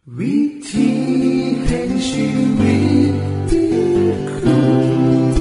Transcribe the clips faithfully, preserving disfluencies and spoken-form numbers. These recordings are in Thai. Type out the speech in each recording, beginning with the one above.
วิธีแห่งชีวิตติดคุก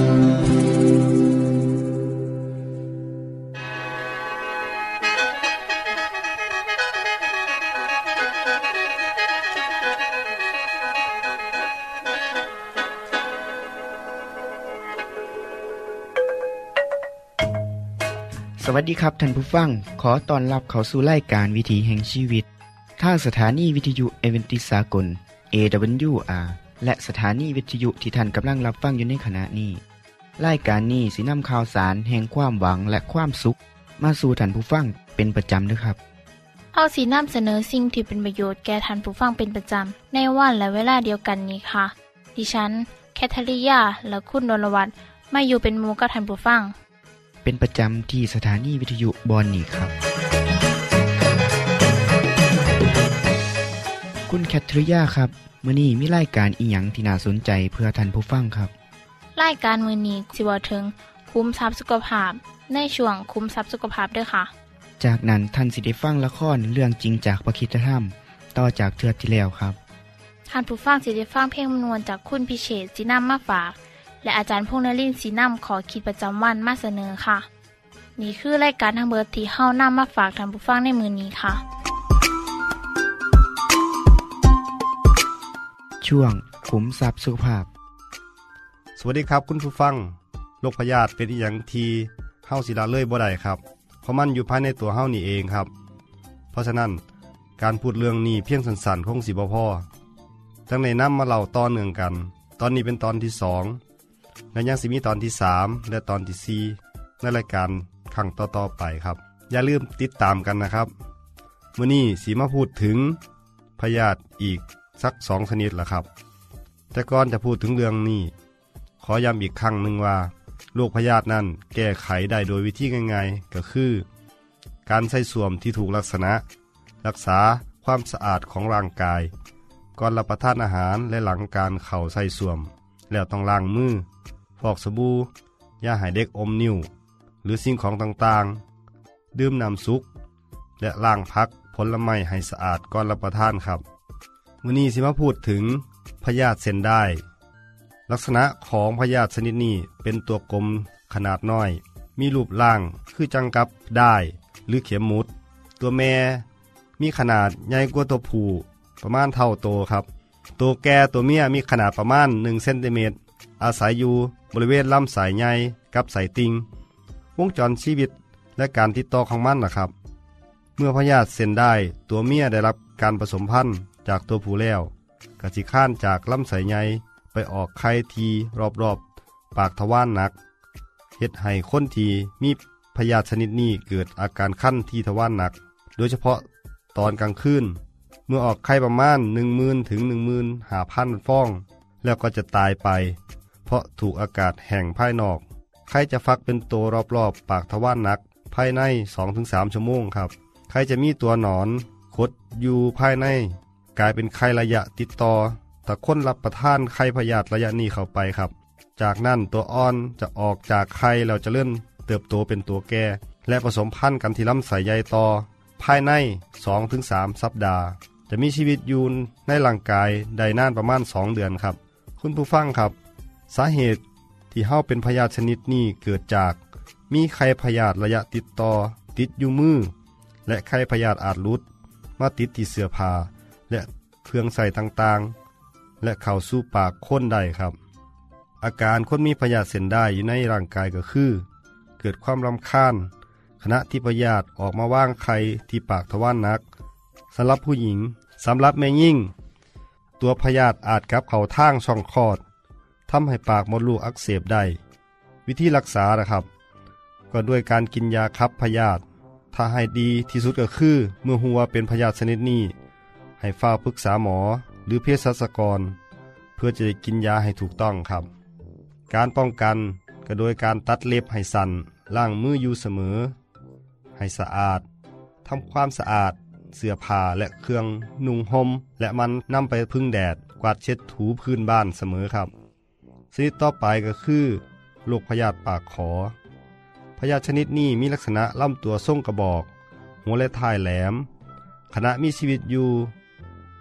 สวัสดีครับท่านผู้ฟังขอต้อนรับเข้าสู่รายการวิถีแห่งชีวิตทางสถานีวิทยุเอเวนติสากล เอ ดับเบิลยู อาร์ และสถานีวิทยุที่ท่านกำลังรับฟังอยู่ในขณะนี้รายการนี้สินำข่าวสารแห่งความหวังและความสุขมาสู่ท่านผู้ฟังเป็นประจำเด้อครับเฮาสินำเสนอสิ่งที่เป็นประโยชน์แก่ท่านผู้ฟังเป็นประจำในวันและเวลาเดียวกันนี้ค่ะดิฉันแคทริยาและคุณดลวัฒน์มาอยู่เป็นหมู่กับท่านผู้ฟังเป็นประจำที่สถานีวิทยุบอนนี่ครับคุณแคทริยาครับมื้อนี้มีรายการอีหยังที่น่าสนใจเพื่อท่านผู้ฟังครับรายการมื้อนี้สิเว้าถึงคุ้มทรัพย์สุขภาพในช่วงคุ้มทรัพย์สุขภาพเด้อค่ะจากนั้นท่านสิได้ฟังละครเรื่องจริงจากประคีตธรรมต่อจากเทื่อที่แล้วครับท่านผู้ฟังสิได้ฟังเพลงมนวนจากคุณพิเชษฐ์สินำมาฝากและอาจารย์พงษ์นฤมลศรีนำขอคิดประจำวันมาเสนอค่ะนี่คือรายการทั้งเบิดที่เฮานำมาฝากท่านผู้ฟังในมื้อนี้ค่ะช่วงขุมทรัพย์สุขภาพสวัสดีครับคุณผู้ฟังโรคพยาธิเป็นอีหยังที่เฮาสิละเลยบ่ได้ครับเพราะมันอยู่ภายในตัวเฮานี่เองครับเพราะฉะนั้นการพูดเรื่องนี้เพียงสั้นๆคงสิบ่พอจังได้นำมาเล่าต่อเนื่องกันตอนนี้เป็นตอนที่สองและยังสิมีตอนที่สามและตอนที่สี่ในรายการครั้งต่อๆไปครับอย่าลืมติดตามกันนะครับมื้อนี้สิมาพูดถึงพยาธิอีกสักสองชนิดละครับแต่ก่อนจะพูดถึงเรื่องนี้ขอย้ำอีกครั้งหนึ่งว่าโรคพยาธินั้นแก้ไขได้โดยวิธีง่ายๆก็คือการใส่ส้วมที่ถูกลักษณะรักษาความสะอาดของร่างกายก่อนรับประทานอาหารและหลังการเข้าใส่ส้วมแล้วต้องล้างมือฟอกสบู่อย่าให้เด็กอมนิ้วหรือสิ่งของต่างๆดื่มน้ำซุปและล้างผักผลไม้ให้สะอาดก่อนรับประทานครับวันนี้สิมาพูดถึงพยาธิเส้นได้ลักษณะของพยาธิชนิดนี้เป็นตัวกลมขนาดน้อยมีรูปร่างคือจังกับได้หรือเข็มมุดตัวแม่มีขนาดใหญ่กว่าตัวผู้ประมาณเท่าโตครับตัวแก่ตัวเมียมีขนาดประมาณหนึ่งเซนติเมตรอาศัยอยู่บริเวณลำไส้ใหญ่กับไส้ติ่งวงจรชีวิตและการติดต่อของมันนะครับเมื่อพยาธิเส้นได้ตัวเมียได้รับการผสมพันธุ์จากตัวผู้แล้วกสิข้านจากลำไส้ใหญ่ไปออกไข่ทีรอบๆปากทวารหนักเฮ็ดให้คนที่มีพยาธิชนิดนี้เกิดอาการคันที่ทวารหนักโดยเฉพาะตอนกลางคืนเมื่อออกไข่ประมาณ หนึ่งหมื่น ถึง หนึ่งหมื่นห้าพัน ฟองแล้วก็จะตายไปเพราะถูกอากาศแห้งภายนอกไข่จะฟักเป็นตัวรอบๆปากทวารหนักภายใน สองถึงสาม ชั่วโมงครับไข่จะมีตัวหนอนขดอยู่ภายในกลายเป็นไข่ระยะติดต่อถ้าคนรับประทานไข่พยาธิระยะนี้เข้าไปครับจากนั้นตัวอ่อนจะออกจากไข่แล้วจะเริ่มเติบโตเป็นตัวแก่และผสมพันธุ์กันที่ลำไส้ใหญ่ต่อภายใน สองถึงสาม สัปดาห์จะมีชีวิตอยู่ในร่างกายได้นานประมาณสองเดือนครับคุณผู้ฟังครับสาเหตุที่เฮาเป็นพยาธิชนิดนี้เกิดจากมีไข้พยาธิระยะติดต่อติดอยู่มือและไข้พยาธิอาจหลุดมาติดที่เสื้อผ้าและเครื่องใส่ต่างๆและเข้าสู่ปากคนได้ครับอาการคนมีพยาธิเส้นได้อยู่ในร่างกายก็คือเกิดความรำคาญขณะที่พยาธิออกมาว่างไข่ที่ปากทวารหนักสำหรับผู้หญิงสำหรับแม่ยิ่งตัวพยาธิอาจกลับเข้าทางช่องคลอดทำให้ปากมดลูกอักเสบได้วิธีรักษานะครับก็ด้วยการกินยาคับพยาธิถ้าให้ดีที่สุดก็คือเมื่อรู้ว่าเป็นพยาธิชนิดนี้ให้เฝ้าปรึกษาหมอหรือเภสัชกรเพื่อจะได้กินยาให้ถูกต้องครับการป้องกันก็โดยการตัดเล็บให้สั้นล้างมืออยู่เสมอให้สะอาดทำความสะอาดเสื้อผ้าและเครื่องนุ่งห่มและมันนำไปพึ่งแดดกวาดเช็ดถูพื้นบ้านเสมอครับชนิดต่อไปก็คือโรคพยาธิปากขอพยาธิชนิดนี้มีลักษณะลำตัวทรงกระบอกหัวและท้ายแหลมขณะมีชีวิตอยู่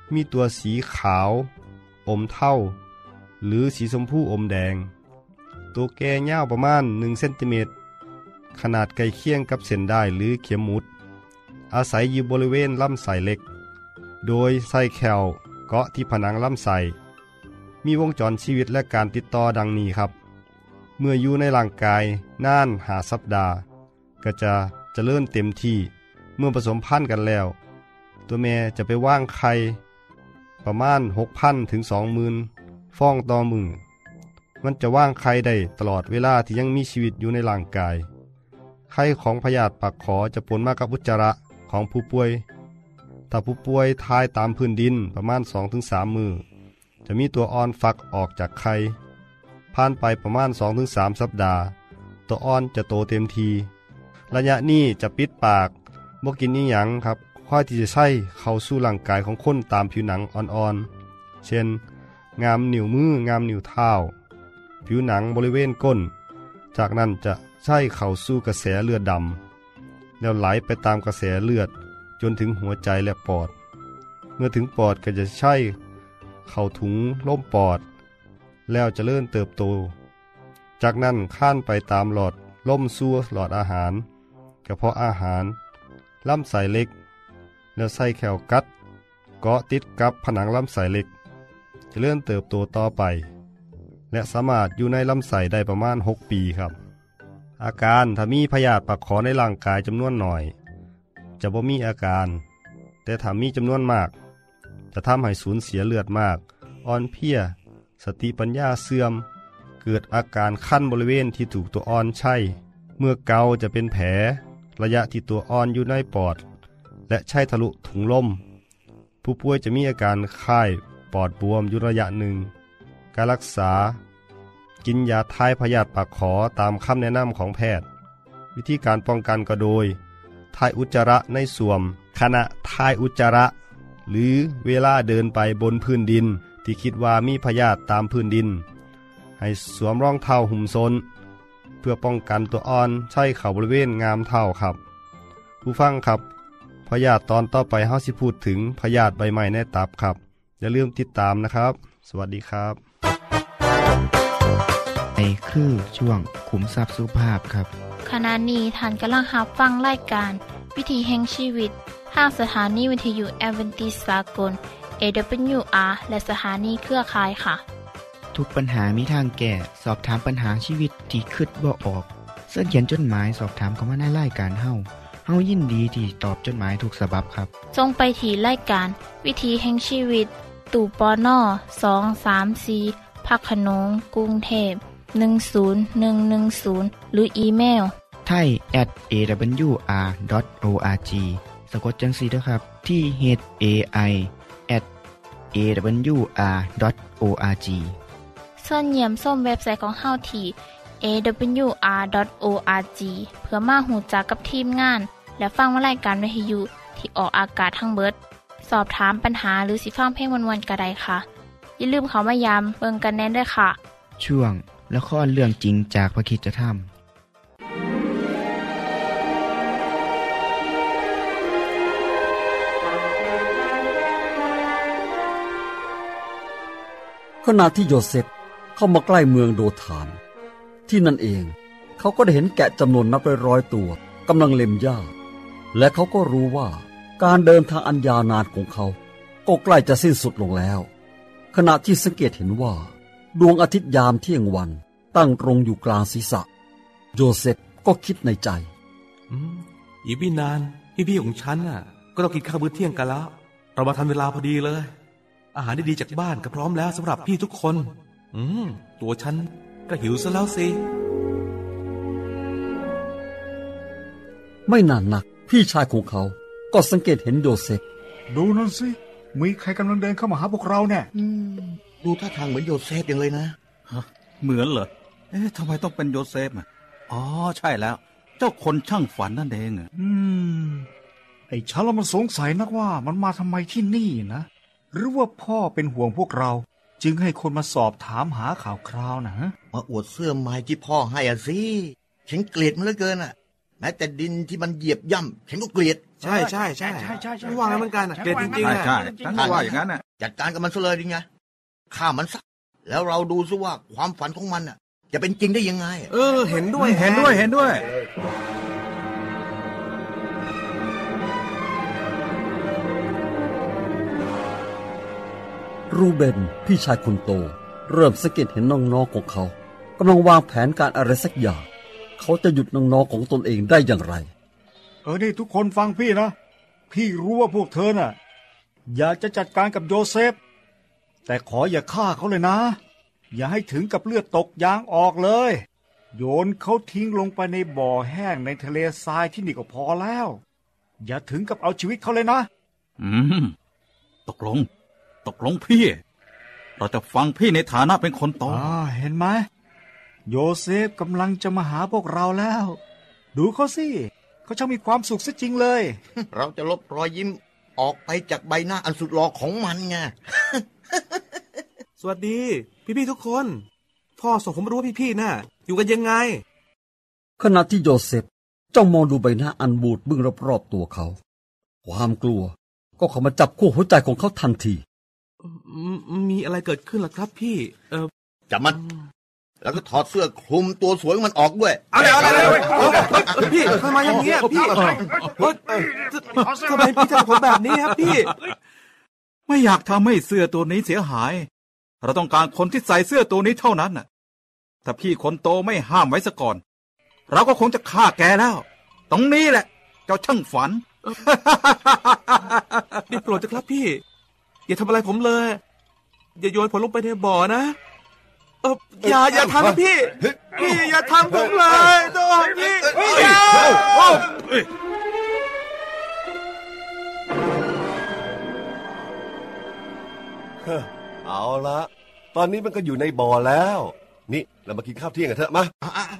มีตัวสีขาวอมเทาหรือสีชมพูอมแดงตัวแก่ยาวประมาณหนึ่งเซนติเมตรขนาดใกล้เคียงกับเส้นด้ายหรือเข็มหมุดอาศัยอยู่บริเวณลำไส้เล็กโดยไส้แคลเกาะที่ผนังลำไส้มีวงจรชีวิตและการติดต่อดังนี้ครับเมื่ออยู่ในร่างกายนานหาสัปดาห์ก็จะเจริญเต็มที่เมื่อผสมพันธุ์กันแล้วตัวแม่จะไปว่างไข่ประมาณ หกพัน ถึง สองหมื่น ฟองต่อมือมันจะว่างไข่ได้ตลอดเวลาที่ยังมีชีวิตอยู่ในร่างกายไข่ของพยาธิปากขอจะปนมากับอุจจาระของผู้ป่วยถ้าผู้ป่วยทายตามพื้นดินประมาณ สองถึงสาม มือจะมีตัวอ่อนฟักออกจากไข่ผ่านไปประมาณ สองถึงสาม สัปดาห์ตัวอ่อนจะโตเต็มทีระยะนี้จะปิดปากบ่กินนิหยังครับค่อยที่จะใช้เข้าสู่ร่างกายของคนตามผิวหนังอ่อนๆเช่นงามนิ้วมืองามนิ้วเท้าผิวหนังบริเวณก้นจากนั้นจะใช้เข้าสู่กระแสเลือดดำแล้วไหลไปตามกระแสเลือดจนถึงหัวใจและปอดเมื่อถึงปอดก็จะใช้เข้าถุงลมปอดแล้วจะเริ่มเติบโตจากนั้นข้านไปตามหลอดลมสู่หลอดอาหารกระเพาะอาหารลำไส้เล็กแล้วไส้แคลกัดเกาะติดกับผนังลำไส้เล็กจะเริ่มเติบโตต่อไปและสามารถอยู่ในลำไส้ได้ประมาณหกปีครับอาการถ้ามีพยาธิปากขอในร่างกายจำนวนหน่อยจะบ่มีอาการแต่ถ้ามีจำนวนมากจะทำให้สูญเสียเลือดมากอ่อนเพลียสติปัญญาเสื่อมเกิดอาการคันบริเวณที่ถูกตัวอ่อนใช้เมื่อเกาจะเป็นแผลระยะที่ตัวอ่อนอยู่ในปอดและใช้ทะลุถุงลมผู้ป่วยจะมีอาการคล้ายปอดบวมอยู่ระยะหนึ่งการรักษากินยาทายพยาธิปากขอตามคำแนะนำของแพทย์วิธีการป้องกันก็โดยทายอุจจาระในส้วมขณะทายอุจจาระหรือเวลาเดินไปบนพื้นดินที่คิดว่ามีพยาธิตามพื้นดินให้สวมรองเท้าหุ้มส้นเพื่อป้องกันตัวอ่อนใช้เข่าบริเวณงามเท้าครับผู้ฟังครับพยาธิตอนต่อไปเฮาสิพูดถึงพยาธิใบไม้ในตับครับอย่าลืมติดตามนะครับสวัสดีครับในคือช่วงขุมทรัพย์สุภาพครับขณะนี้ท่านกำลังรับฟังรายการวิถีแห่งชีวิตทางสถานีวิทยุแอดเวนทิสต์สากล เอ ดับเบิลยู อาร์ และสถานีเครือข่ายค่ะทุกปัญหามีทางแก้สอบถามปัญหาชีวิตที่คิดบ่ออกเสิร์ชเขียนจดหมายสอบถามเข้ามาในรายการเฮาเฮายินดีที่ตอบจดหมายทุกฉบับครับส่งไปที่รายการวิถีแห่งชีวิตตู่ปนสอง สาม สี่พักขนงกรุงเทพหนึ่งศูนย์หนึ่งหนึ่งศูนย์หรืออีเมลไทย แอท เอ ดับเบิลยู อาร์ ดอท โอ อาร์ จี สะกดจังซี่เด้อครับที่ เอช เอ ไอ แอท เอ ดับเบิลยู อาร์ ดอท โอ อาร์ จีเชิญเยี่ยมชมเว็บไซต์ของเฮาที่ เอ ดับเบิลยู อาร์ ดอท โอ อาร์ จี เพื่อมาหูจักกับทีมงานและฟังรายการวิทยุที่ออกอากาศทั้งเบิดสอบถามปัญหาหรือสิฟังเพลงวนๆก็ได้ค่ะอย่าลืมเข้ามายามเบิ่งกันแน่นด้วยค่ะช่วงละครเรื่องจริงจากพระคริสตธรรมขณะที่โยเซฟเข้ามาใกล้เมืองโดธานที่นั่นเองเขาก็ได้เห็นแกะจำนวนนับร้อยๆตัวกำลังเล็มหญ้าและเขาก็รู้ว่าการเดินทางอันยาวนานของเขาก็ใกล้จะสิ้นสุดลงแล้วขณะที่สังเกตเห็นว่าดวงอาทิตย์ยามเที่ยงวันตั้งตรงอยู่กลางศีรษะโยเซฟก็คิดในใจอืมอีกไม่นานพี่ๆของฉันน่ะก็ต้องกินข้าวมื้อเที่ยงกันแล้วเรามาทันเวลาพอดีเลยอาหารดีๆจากบ้านก็พร้อมแล้วสำหรับพี่ทุกคนอืมตัวฉันก็หิวซะแล้วสิไม่นานนักพี่ชายของเขาก็สังเกตเห็นโยเซฟดูนั่นสิมีใครกำลังเดินเข้ามาหาพวกเราเนี่ยดูท่าทางเหมือนโยเซฟอย่างเลยนะฮะเหมือนเหรอเอ๊ะทำไมต้องเป็นโยเซฟอ่ะอ๋อใช่แล้วเจ้าคนช่างฝันนั่นเองอ่ะอืมไอ้ฉันละมันสงสัยนักว่ามันมาทำไมที่นี่นะหรือว่าพ่อเป็นห่วงพวกเราจึงให้คนมาสอบถามหาข่าวคราวนะมาอวดเสื้อไม้ที่พ่อให้อ่ะสิฉันเกลียดมันเหลือเกินอ่ะแม้แต่ดินที่มันเหยียบย่ำฉันก็เกลียดใช่ใช่ใช่ไม่ว่างแล้วเหมือนกันเกลียดจริงๆใช่นะใช่ฉันก็ว่าอย่างนั้นน่ะจัดการกับมันซะเลยดิไงฆ่ามันซะแล้วเราดูซิว่าความฝันของมันน่ะจะเป็นจริงได้ยังไงเออเห็นด้วยเห็นด้วยเห็นด้วยรูเบนพี่ชายคนโตเริ่มสังเกตเห็นน้องๆของเขากำลังวางแผนการอะไรสักอย่างเขาจะหยุดน้องๆของตนเองได้อย่างไรเออนี่ทุกคนฟังพี่นะพี่รู้ว่าพวกเธอน่ะอยากจะจัดการกับโยเซฟแต่ขออย่าฆ่าเขาเลยนะอย่าให้ถึงกับเลือดตกยางออกเลยโยนเขาทิ้งลงไปในบ่อแห้งในทะเลทรายที่นี่ก็พอแล้วอย่าถึงกับเอาชีวิตเขาเลยนะอืมตกลงตกลงพี่เราจะฟังพี่ในฐานะเป็นคนโตอ่าเห็นไหมโยเซฟกำลังจะมาหาพวกเราแล้วดูเขาสิเขาช่างมีความสุขซะจริงเลยเราจะลบรอยยิ้มออกไปจากใบหน้าอันสุดหล่อของมันไงสวัสดีพี่ๆทุกคนพ่อส่งผมมารู้ว่าพี่ๆน่ะอยู่กันยังไงขณะที่โยเซฟจ้องมองดูใบหน้าอันบูดบึ้งรอบๆตัวเขาความกลัวก็เข้ามาจับขั้วหัวใจของเขาทันทีมีอะไรเกิดขึ้นล่ะครับพี่เออจับมันแล้วก็ถอดเสื้อคลุมตัวสวยของมันออกด้วยอะไรอะไรอะไรพี่ทำไมอย่างเงี้ยพี่ทำไมพี่ทำผมแบบนี้ครับพี่ไม่อยากทำให้เสื้อตัวนี้เสียหายเราต้องการคนที่ใส่เสื้อตัวนี้เท่านั้นน่ะถ้าพี่คนโตไม่ห้ามไว้ซะก่อนเราก็คงจะฆ่าแกแล้วตรงนี้แหละเจ้าช่างฝันได้โปรดเถอะครับพี่อย่าทำอะไรผมเลยอย่าโยนผมลงไปในบ่อนะเอออย่าอย่าทำพี่พี่อย่าทำผมเลยโดนพี่อย่าเอาละตอนนี้มันก็อยู่ในบ่อแล้วนี่เรามากินข้าวเที่ยงกันเถอะมา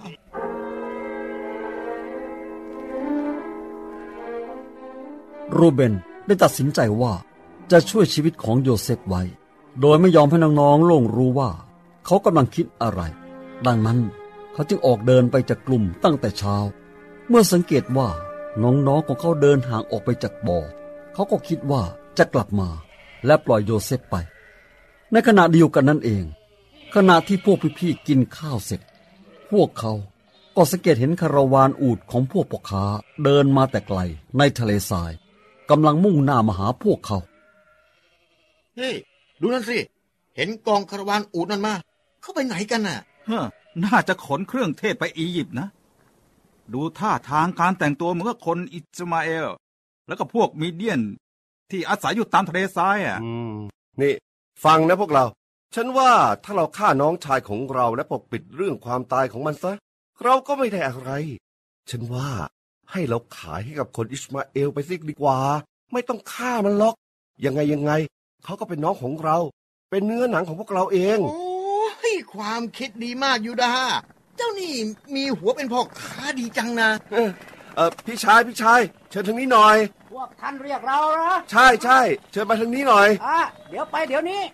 รูเบนได้ตัดสินใจว่าจะช่วยชีวิตของโยเซฟไว้โดยไม่ยอมให้น้องๆโล่งรู้ว่าเขากำลังคิดอะไรดังนั้นเขาจึงออกเดินไปจากกลุ่มตั้งแต่เช้าเมื่อสังเกตว่าน้องๆของเขาเดินห่างออกไปจากบ่อเขาก็คิดว่าจะกลับมาและปล่อยโยเซฟไปในขณะเดียวกันนั่นเองขณะที่พวกพี่ๆกินข้าวเสร็จพวกเขาก็สังเกตเห็นคาราวานอูฐของพวกพ่อค้าเดินมาแต่ไกลในทะเลทรายกำลังมุ่งหน้ามาหาพวกเขาเฮ้ยดูนั่นสิเห็นกองคาราวานอูฐนั่นมาเข้าไปไหนกันน่ะฮะน่าจะขนเครื่องเทศไปอียิปต์นะดูท่าทางการแต่งตัวเหมือนกับคนอิสมาเอลแล้วก็พวกมีเดียนที่อาศัยอยู่ตามทะเลทรายอ่ะอืมนี่ฟังนะพวกเราฉันว่าถ้าเราฆ่าน้องชายของเราและปกปิดเรื่องความตายของมันซะเราก็ไม่ได้อะไรฉันว่าให้เราขายให้กับคนอิสมาเอลไปสิดีกว่าไม่ต้องฆ่ามันหรอกยังไงยังไงเขาก็เป็นน้องของเราเป็นเนื้อหนังของพวกเราเองโอ้ยความคิดดีมากยูดาเจ้านี่มีหัวเป็นพ่อค้าดีจังนะเออเออพี่ชายพี่ชายเชิญทางนี้หน่อยพวกท่านเรียกเราเหรอใช่ใช่เชิญมาทางนี้หน่อยอ่ะเดี๋ยวไปเดี๋ยวนี้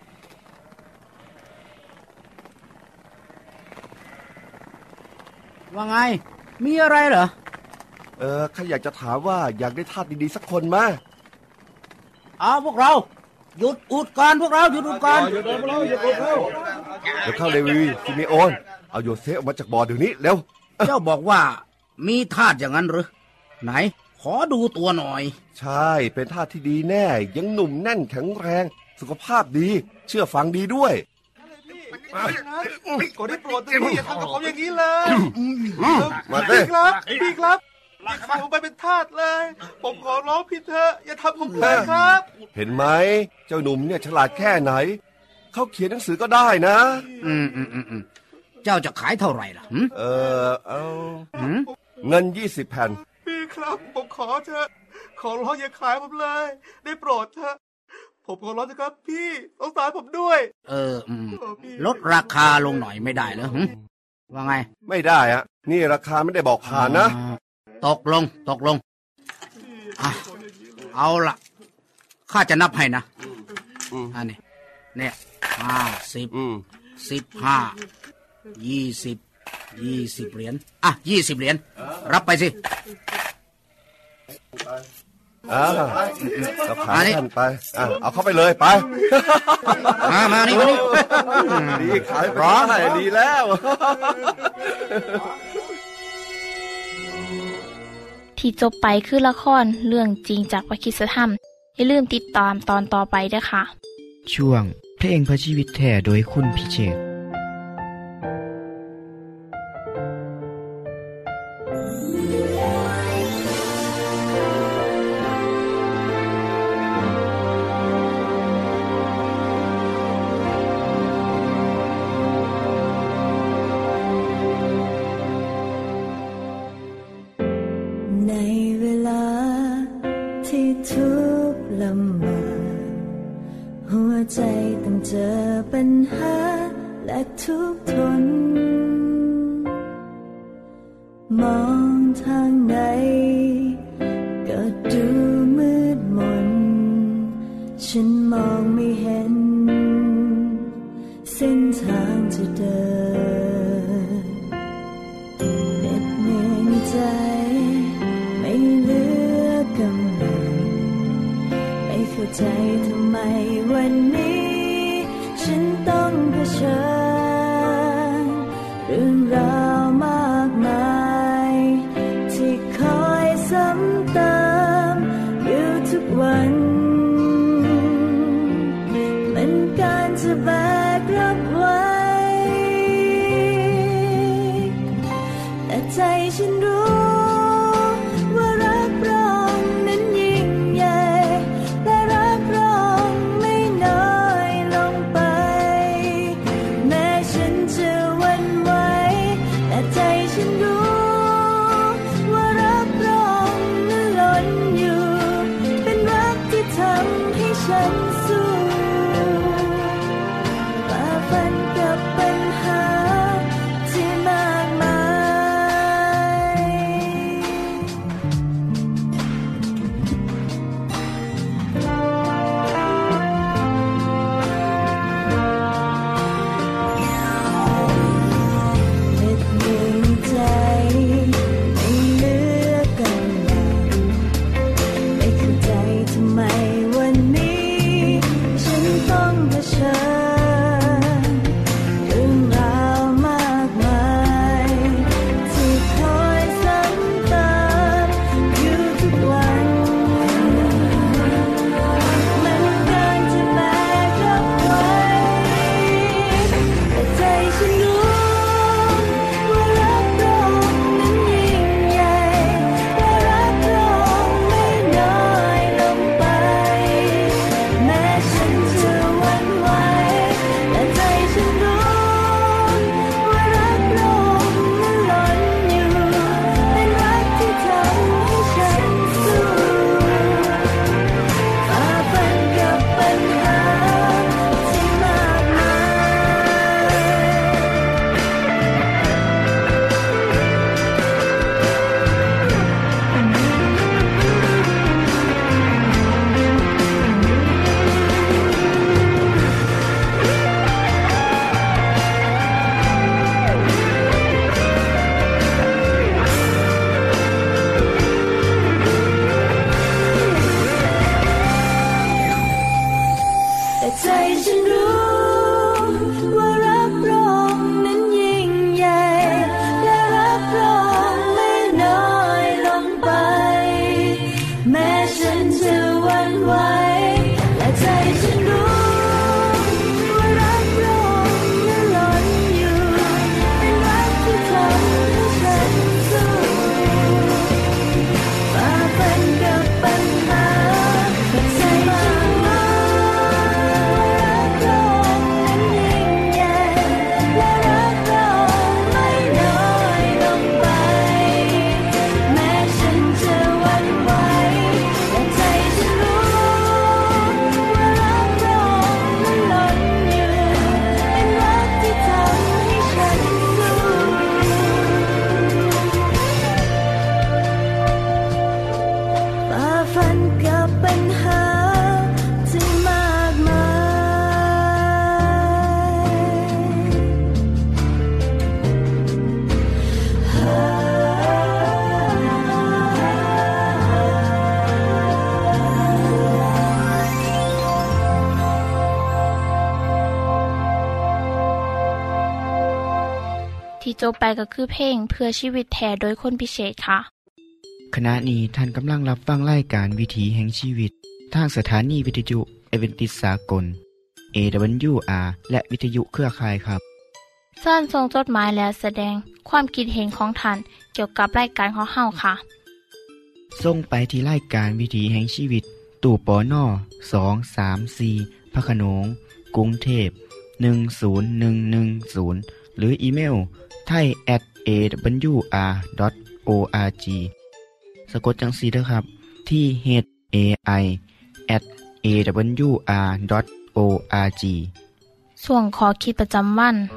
ว่าไงมีอะไรเหรอเออข้าอยากจะถามว่าอยากได้ทาสดีๆสักคนมาเอาพวกเราหยุดอุดก่อนพวกเราหยุดอุดก่อนหยุดเดินมาหยุดอุดเข้าเดี๋ยวเข้าเลวีซิเมโอนเอาโยเซฟออกมาจากบ่อเดี๋ยวนี้เร็วเจ้าบอกว่ามีทาสอย่างนั้นหรือไหนขอดูตัวหน่อยใช่เป็นทาสที่ดีแน่ยังหนุ่มแน่นแข็งแรงสุขภาพดีเชื่อฟังดีด้วยขอได้โปรดเถอะพี่อย่าทำกับผมอย่างนี้เลยพี่ครับพี่ครับขายผมไปเป็นทาสเลยผมขอร้องพี่เถอะอย่าทำผมเลยครับเห็นไหมเจ้าหนุ่มเนี่ยฉลาดแค่ไหนเขาเขียนหนังสือก็ได้นะอืมอืมอืมอืมเจ้าจะขายเท่าไหร่ล่ะเออเอาเงินยี่สิบแผ่นพี่ครับผมขอเถอะขอร้องอย่าขายผมเลยได้โปรดเถอะผมขอร้องนะครับพี่สงสารผมด้วยเออลดราคาลงหน่อยไม่ได้เหรอว่าไงไม่ได้อะนี่ราคาไม่ได้บอกผ่านนะตกลงตกลงอ่ะเอาล่ะข้าจะนับให้นะอันนี้เนี่ยห้าสิบสิบห้ายี่สิบยี่สิบเหรียญอ่ะยี่สิบเหรียญรับไปสิอ่าเราขายท่านไปอ่ะเอาเข้าไปเลยไปมามานี่มานี่ดีขายร้องได้ดีแล้วที่จบไปคือละครเรื่องจริงจากวคิสธรรมอย่าลืมติดตามตอนต่อไปด้วยค่ะช่วงเพลงพระชีวิตแท้โดยคุณพิเชษฐ์ในเวลาที่ทุกข์ลำบากหัวใจต้องเจอปัญหาและทุกข์ทนมองทางไหนก็ดูมืดมนฉันมองไม่เห็นเส้นทางจะเดินเหน็ดเหนื่อยในใจไม่เหลือกำลังไม่เข้าใจทำไมวันนี้ฉันต้องเผชิญเรื่องราวมากมายที่คอยซ้ำเติมอยู่ทุกวันเหมือนการจะแบกรับไว้แต่ใจฉันรู้ว่ารักเรานั้นยิ่งใหญ่และรักเราไม่น้อยลงไปแม้ฉันจะหวั่นไหวแต่ใจฉันรู้ว่ารักเรานั้นล้นอยู่เป็นรักที่ทำให้ฉันสู้ฝ่าฟันกับปัญหาที่มากมายเหน็ดเหนื่อยใจไม่เหลือกำลังไม่เข้าใจทำไมวันนี้ฉันต้องเผชิญเรื่องราวมากมายที่คอยซ้ำเติมอยู่ทุกวันมันการจะแบกรับไว้แต่ใจฉันรู้ว่ารักเรานั้นยิ่งใหญ่และรักเราไม่น้อยลงไปแม้ฉันจะหวั่นไหวแต่ใจฉันรู้ว่ารักเรานั้นล้นอยู่เป็นรักที่ทำให้ฉันสู้ฝ่าฟันกับปัญหาที่มากมายแต่ใจฉันรู้ว่ารักเรานั้นยิ่งใหญ่และรักเราไม่น้อยลงไปแม้ฉันจะหวั่นไหวแต่ใจฉันรู้ว่ารักเรานั้นล้นอยู่เป็นรักที่ทำให้ฉันสู้ฝ่าฟันกับปัญหาแต่ใจฉันรู้ว่ารักเราที่จบไปก็คือเพลงเพื่อชีวิตแท้โดยคนพิเศษค่ะขณะนี้ท่านกำลังรับฟังรายการวิถีแห่งชีวิตทางสถานีวิทยุเอเวนติสากล เอ ดับเบิลยู อาร์ และวิทยุเครือข่ายครับเชิญส่งจดหมายและแสดงความคิดเห็นของท่านเกี่ยวกับรายการของเฮาค่ะส่งไปที่รายการวิถีแห่งชีวิตตู้ปนสอง สาม สี่พระโขนงกรุงเทพหนึ่งศูนย์หนึ่งหนึ่งศูนย์หรืออีเมล ไทย แอท เอ ดับเบิลยู อาร์ ดอท โอ อาร์ จี สะกดจังซี่เด้อครับที่ เอช เอ ไอ แอท เอ ดับเบิลยู อาร์ ดอท โอ อาร์ จีส่วนขอคิดประจำวัน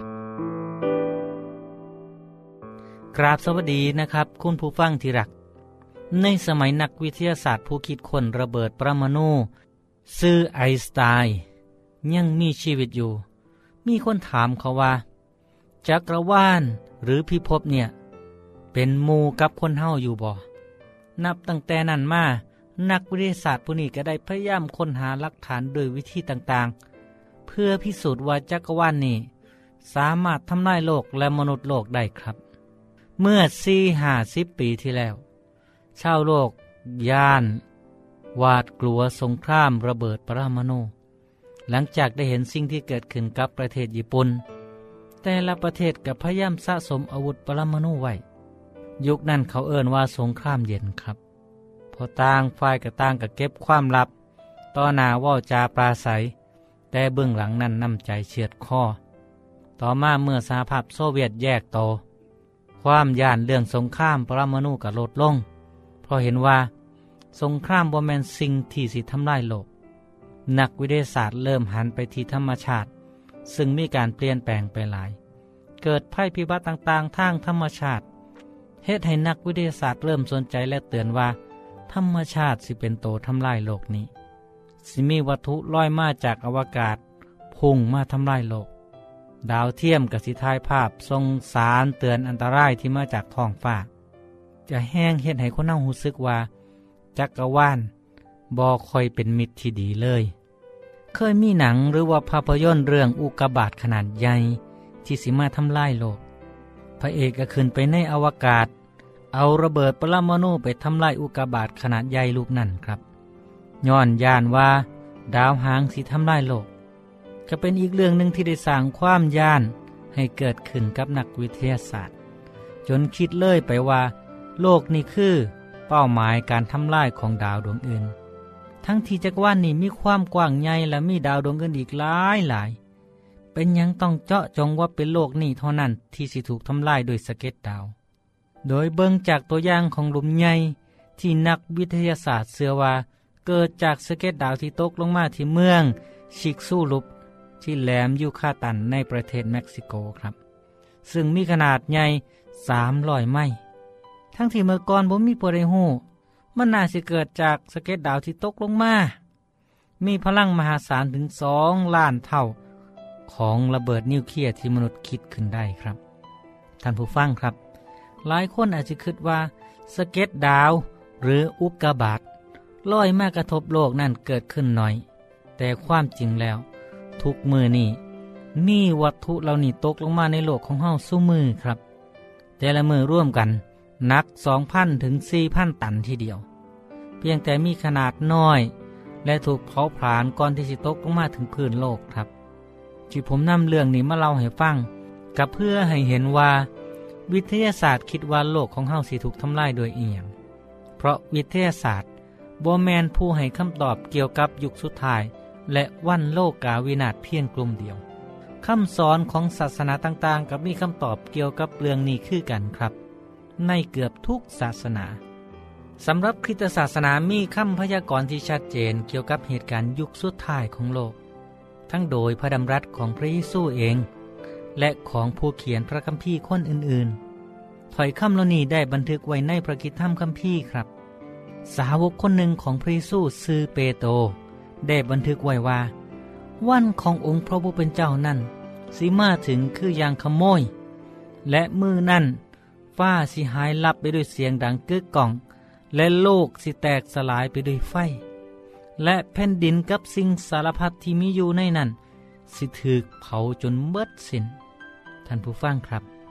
กราบสวัสดีนะครับคุณผู้ฟังที่รักในสมัยนักวิทยาศาสตร์ผู้คิดค้นระเบิดปรมาณูชื่อไอน์สไตน์ยังมีชีวิตอยู่มีคนถามเขาว่าจักรวาลหรือพิภพเนี่ยเป็นหมู่กับคนเฮาอยู่บ่นับตั้งแต่นั้นมานักวิทยาศาสตร์ผู้นี้ก็ได้พยายามค้นหาหลักฐานโดยวิธีต่างๆเพื่อพิสูจน์ว่าจักรวาลนี้สามารถทำลายโลกและมนุษย์โลกได้ครับเมื่อ สี่ถึงห้าสิบ ปีที่แล้วชาวโลกย่านหวาดกลัวสงครามระเบิดปรมาณูหลังจากได้เห็นสิ่งที่เกิดขึ้นกับประเทศญี่ปุ่นแต่ละประเทศก็พยายามสะสมอาวุธปรมาณูไว้ยุคนั้นเขาเอ่นว่าสงครามเย็นครับพอต่างฝ่ายก็ต่างก็เก็บความลับต่อหน้าเว้าจาปราศัยแต่เบื้องหลังนั้นน้ำใจเชือดคอต่อมาเมื่อสหภาพโซเวียตแยกโตความย่านเรื่องสงครามปรมาณูก็ลดลงเพราะเห็นว่าสงครามบ่แม่นสิ่งที่สิทำลายโลกนักวิทยาศาสตร์เริ่มหันไปที่ธรรมชาติซึ่งมีการเปลี่ยนแปลงไปหลายเกิดภัยพิบัติต่างๆทางธรรมชาติเฮ็ดให้นักวิทยาศาสตร์เริ่มสนใจและเตือนว่าธรรมชาติสิเป็นโตทำลายโลกนี้สิมีวัตถุลอยมาจากอวกาศพุ่งมาทำลายโลกดาวเทียมกับสิถ่ายภาพส่งสารเตือนอันตรายที่มาจากท้องฟ้าจะแห้งเฮ็ดให้คนเฮารู้สึกว่าจักรวาลบ่ค่อยเป็นมิตรที่ดีเลยเคยมีหนังหรือว่าภาพยนตร์เรื่องอุกกาบาตขนาดใหญ่ที่สิมาทำลายโลกพระเอกก็ขึ้นไปในอวกาศเอาระเบิดปรมาณูไปทำลายอุกกาบาตขนาดใหญ่ลูกนั่นครับย้อนย่านว่าดาวหางสิทำลายโลกก็เป็นอีกเรื่องหนึ่งที่ได้สร้างความย่านให้เกิดขึ้นกับนักวิทยาศาสตร์จนคิดเลยไปว่าโลกนี่คือเป้าหมายการทำลายของดาวดวงอื่นทั้งที่จักรวาลนี้มีความกว้างใหญ่และมีดาวดวงอื่นอีกหลายหลายเป็นยังต้องเจาะจงว่าเป็นโลกนี้เท่านั้นที่สิถูกทำลายโดยสะเก็ดดาวโดยเบิ่งจากตัวอย่างของหลุมใหญ่ที่นักวิทยาศาสตร์เชื่อว่าเกิดจากสะเก็ดดาวที่ตกลงมาที่เมืองชิกซูลุปที่แหลมยูคาตันในประเทศเม็กซิโกครับซึ่งมีขนาดใหญ่สามร้อยไมล์ทั้งที่เมื่อก่อนบ่มีผู้ใดฮู้มันน่าสิเกิดจากสะเก็ดดาวที่ตกลงมามีพลังมหาศาลถึงสองล้านเท่าของระเบิดนิวเคลียร์ที่มนุษย์คิดขึ้นได้ครับท่านผู้ฟังครับหลายคนอาจจะคิดว่าสะเก็ดดาวหรืออุกกาบาตลอยมากระทบโลกนั่นเกิดขึ้นน้อยแต่ความจริงแล้วทุกมือนี่มีวัตถุเหล่านี้ตกลงมาในโลกของเฮาซุมือครับแต่ละมือร่วมกันหนัก สองพัน ถึง สี่พัน ตันทีเดียวเพียงแต่มีขนาดน้อยและถูกเผาผลาญก่อนที่สิตกลงมาถึงพื้นโลกครับที่ผมนำเรื่องนี้มาเล่าให้ฟังก็เพื่อให้เห็นว่าวิทยาศาสตร์คิดว่าโลกของเฮาสิถูกทำลายโดยเอียงเพราะวิทยาศาสตร์บ่แม่นผู้ให้คำตอบเกี่ยวกับยุคสุดท้ายและวันโลกาวินาศเพียงกลุ่มเดียวคำสอนของศาสนาต่างๆกับมีคำตอบเกี่ยวกับเรื่องนี้คือกันครับในเกือบทุกศาสนาสำหรับคริสตศาสนามีคำพยากรณ์ที่ชัดเจนเกี่ยวกับเหตุการณ์ยุคสุดท้ายของโลกทั้งโดยพระดำรัสของพระเยซูเองและของผู้เขียนพระคัมภีร์คนอื่นๆถ้อยคำเหล่านี้ได้บันทึกไว้ในพระกิตติธรรมคัมภีร์ครับสาวกคนหนึ่งของพระเยซูชื่อเปโตรได้บันทึกไว้ว่าวันขององค์พระผู้เป็นเจ้านั้นสิมาถึงคืออย่างขโมยและมือนั้นฟ้าสิหายลับไปด้วยเสียงดังกึกก้องและโลกสิแตกสลายไปด้วยไฟและแผ่นดินกับสิ่งสารพัดที่มีอยู่ในนั้นสิถูกเผาจนเบิดสิ้นท่านผู้ฟังครับ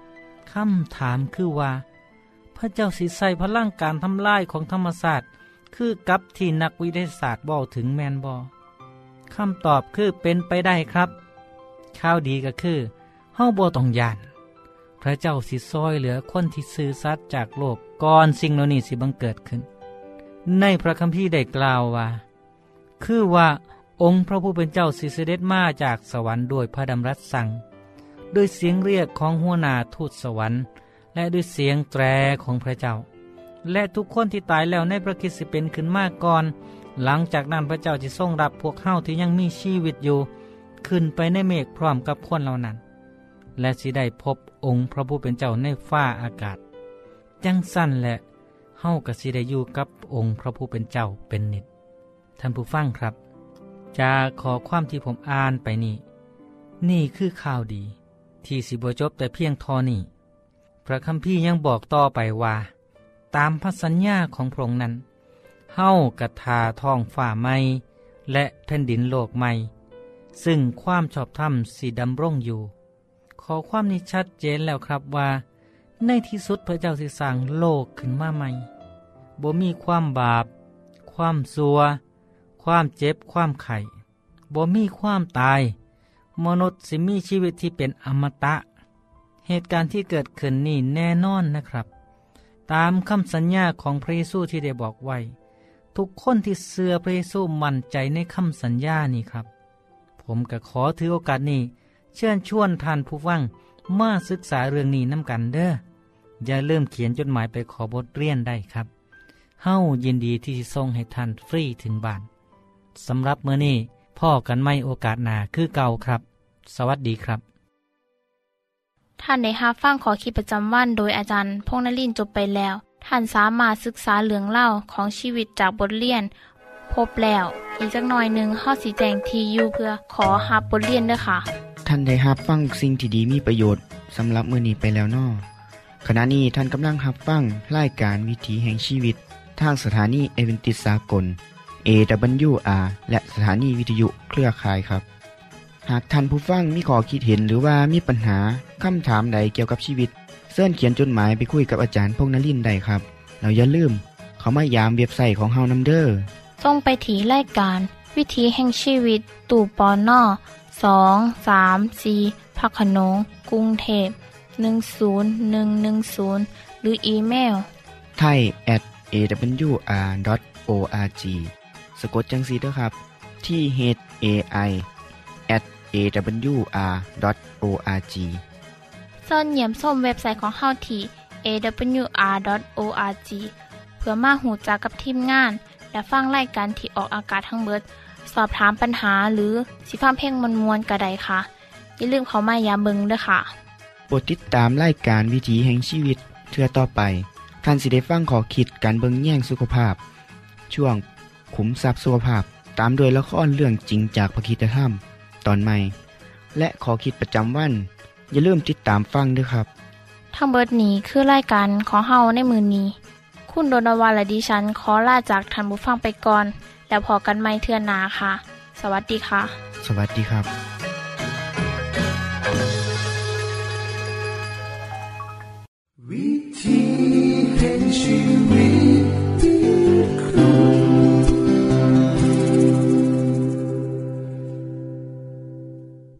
คำถามคือว่าพระเจ้าสิใส่พลังการทำลายของธรรมศาสตร์คือกับที่นักวิทยาศาสตร์บอกถึงแมนบอคำตอบคือเป็นไปได้ครับข่าวดีก็คือเฮาบ่ต้องย่านพระเจ้าสิซอยเหลือคนที่ซื่อสัตย์จากโลกก่อนสิ่งเหล่านี้สิบังเกิดขึ้นในพระคัมภีร์ได้กล่าวว่าคือว่าองค์พระผู้เป็นเจ้าสิเสด็จมาจากสวรรค์โดยพระดำรัสสั่งด้วยเสียงเรียกของหัวหน้าทูตสวรรค์และด้วยเสียงแตรของพระเจ้าและทุกคนที่ตายแล้วในพระคริสต์สิเป็นขึ้นมาก่อนหลังจากนั้นพระเจ้าจะทรงรับพวกเฮาที่ยังมีชีวิตอยู่ขึ้นไปในเมฆพร้อมกับคนเหล่านั้นและสิได้พบองค์พระผู้เป็นเจ้าในฟ้าอากาศจังสั้นและเฮาก็สิได้อยู่กับองค์พระผู้เป็นเจ้าเป็นนิจท่านผู้ฟังครับจากขอความที่ผมอ่านไปนี่นี่คือข่าวดีที่สิบ่จบแต่เพียงเท่านี้พระคัมภีร์ยังบอกต่อไปว่าตามพระสัญญาของพระองค์นั้นเฮากระทาท้องฟ้าใหม่และแผ่นดินโลกใหม่ซึ่งความชอบธรรมสิดำรงอยู่ขอความนี้ชัดเจนแล้วครับว่าในที่สุดพระเจ้าสิสร้างโลกขึ้นมาใหม่บ่มีความบาปความซัวความเจ็บความไข้บ่มีความตายมนุษย์สิมีชีวิตที่เป็นอมตะเหตุการณ์ที่เกิดขึ้นนี่แน่นอนนะครับตามคำสัญญาของพระเยซูที่ได้บอกไว้ทุกคนที่เชื่อพระเยซูมั่นใจในคำสัญญานี่ครับผมก็ขอถือโอกาสนี้เชิญชวนท่านผู้ฟังมาศึกษาเรื่องนี้นำกันเด้ออย่าลืมเขียนจดหมายไปขอบทเรียนได้ครับเฮายินดีที่จะส่งให้ท่านฟรีถึงบ้านสำหรับมื้อนี้พ่อกันไม่โอกาสหน้าคือเก่าครับสวัสดีครับท่านได้รับฟังขอคิดประจำวันโดยอาจารย์พงษ์นฤมลจบไปแล้วท่านสามารถศึกษาเรื่องเล่าของชีวิตจากบทเรียนพบแล้วอีกจักหน่อยหนึ่งเฮาสิแจ้งที่อยู่เพื่อขอรับบทเรียนด้วยค่ะท่านได้รับฟังสิ่งที่ดีมีประโยชน์สำหรับมื้อนี้ไปแล้วน้อขณะนี้ท่านกำลังรับฟังรายการวิถีแห่งชีวิตทางสถานีเอเวนติสากล เอ ดับเบิลยู อาร์ และสถานีวิทยุเครือข่ายครับหากท่านผู้ฟังมีข้อคิดเห็นหรือว่ามีปัญหาคำถามใดเกี่ยวกับชีวิตเชิญเขียนจดหมายไปคุยกับอาจารย์พงษ์นฤมลได้ครับแล้วอย่าลืมเข้ามายามเว็บไซต์ของเฮานำเด้อส่งไปที่รายการวิถีแห่งชีวิตตู่ปนสอง สาม สี่พระโขนงกรุงเทพหนึ่งศูนย์หนึ่งหนึ่งศูนย์หรืออีเมลไทย แอท เอ ดับเบิลยู อาร์ ดอท โอ อาร์ จี สะกดจังซี่เด้อครับที่ เอช เอ ไอ แอท เอ ดับเบิลยู อาร์ ดอท โอ อาร์ จีเชิญเยี่ยมชมเว็บไซต์ของเฮาที่ เอ ดับเบิลยู อาร์ ดอท โอ อาร์ จี เพื่อมาหูจักกับทีมงานและฟังรายการที่ออกอากาศทั้งเบิดสอบถามปัญหาหรือสิฟังเพลงมวลๆก็ได้ค่ะอย่าลืมเข้ามายามเบิ่งด้วยค่ะโปรดติดตามรายการวิถีแห่งชีวิตเทื่อต่อไปท่านสิได้ฟังขอคิดการเบิ่งแย่งสุขภาพช่วงขุมทรัพย์สุขภาพตามโดยละครเรื่องจริงจากพระคริสตธรรมตอนใหม่และขอคิดประจำวันอย่าลืมติดตามฟังด้วยครับทั้งเบิดนี้คือรายการของเฮาในมื้อนี้คุณโดนวาและดิฉันขอลาจากท่านผู้ฟังไปก่อนแล้วพอกันใหม่เทื่อหน้าค่ะสวัสดีค่ะสวัสดีครับ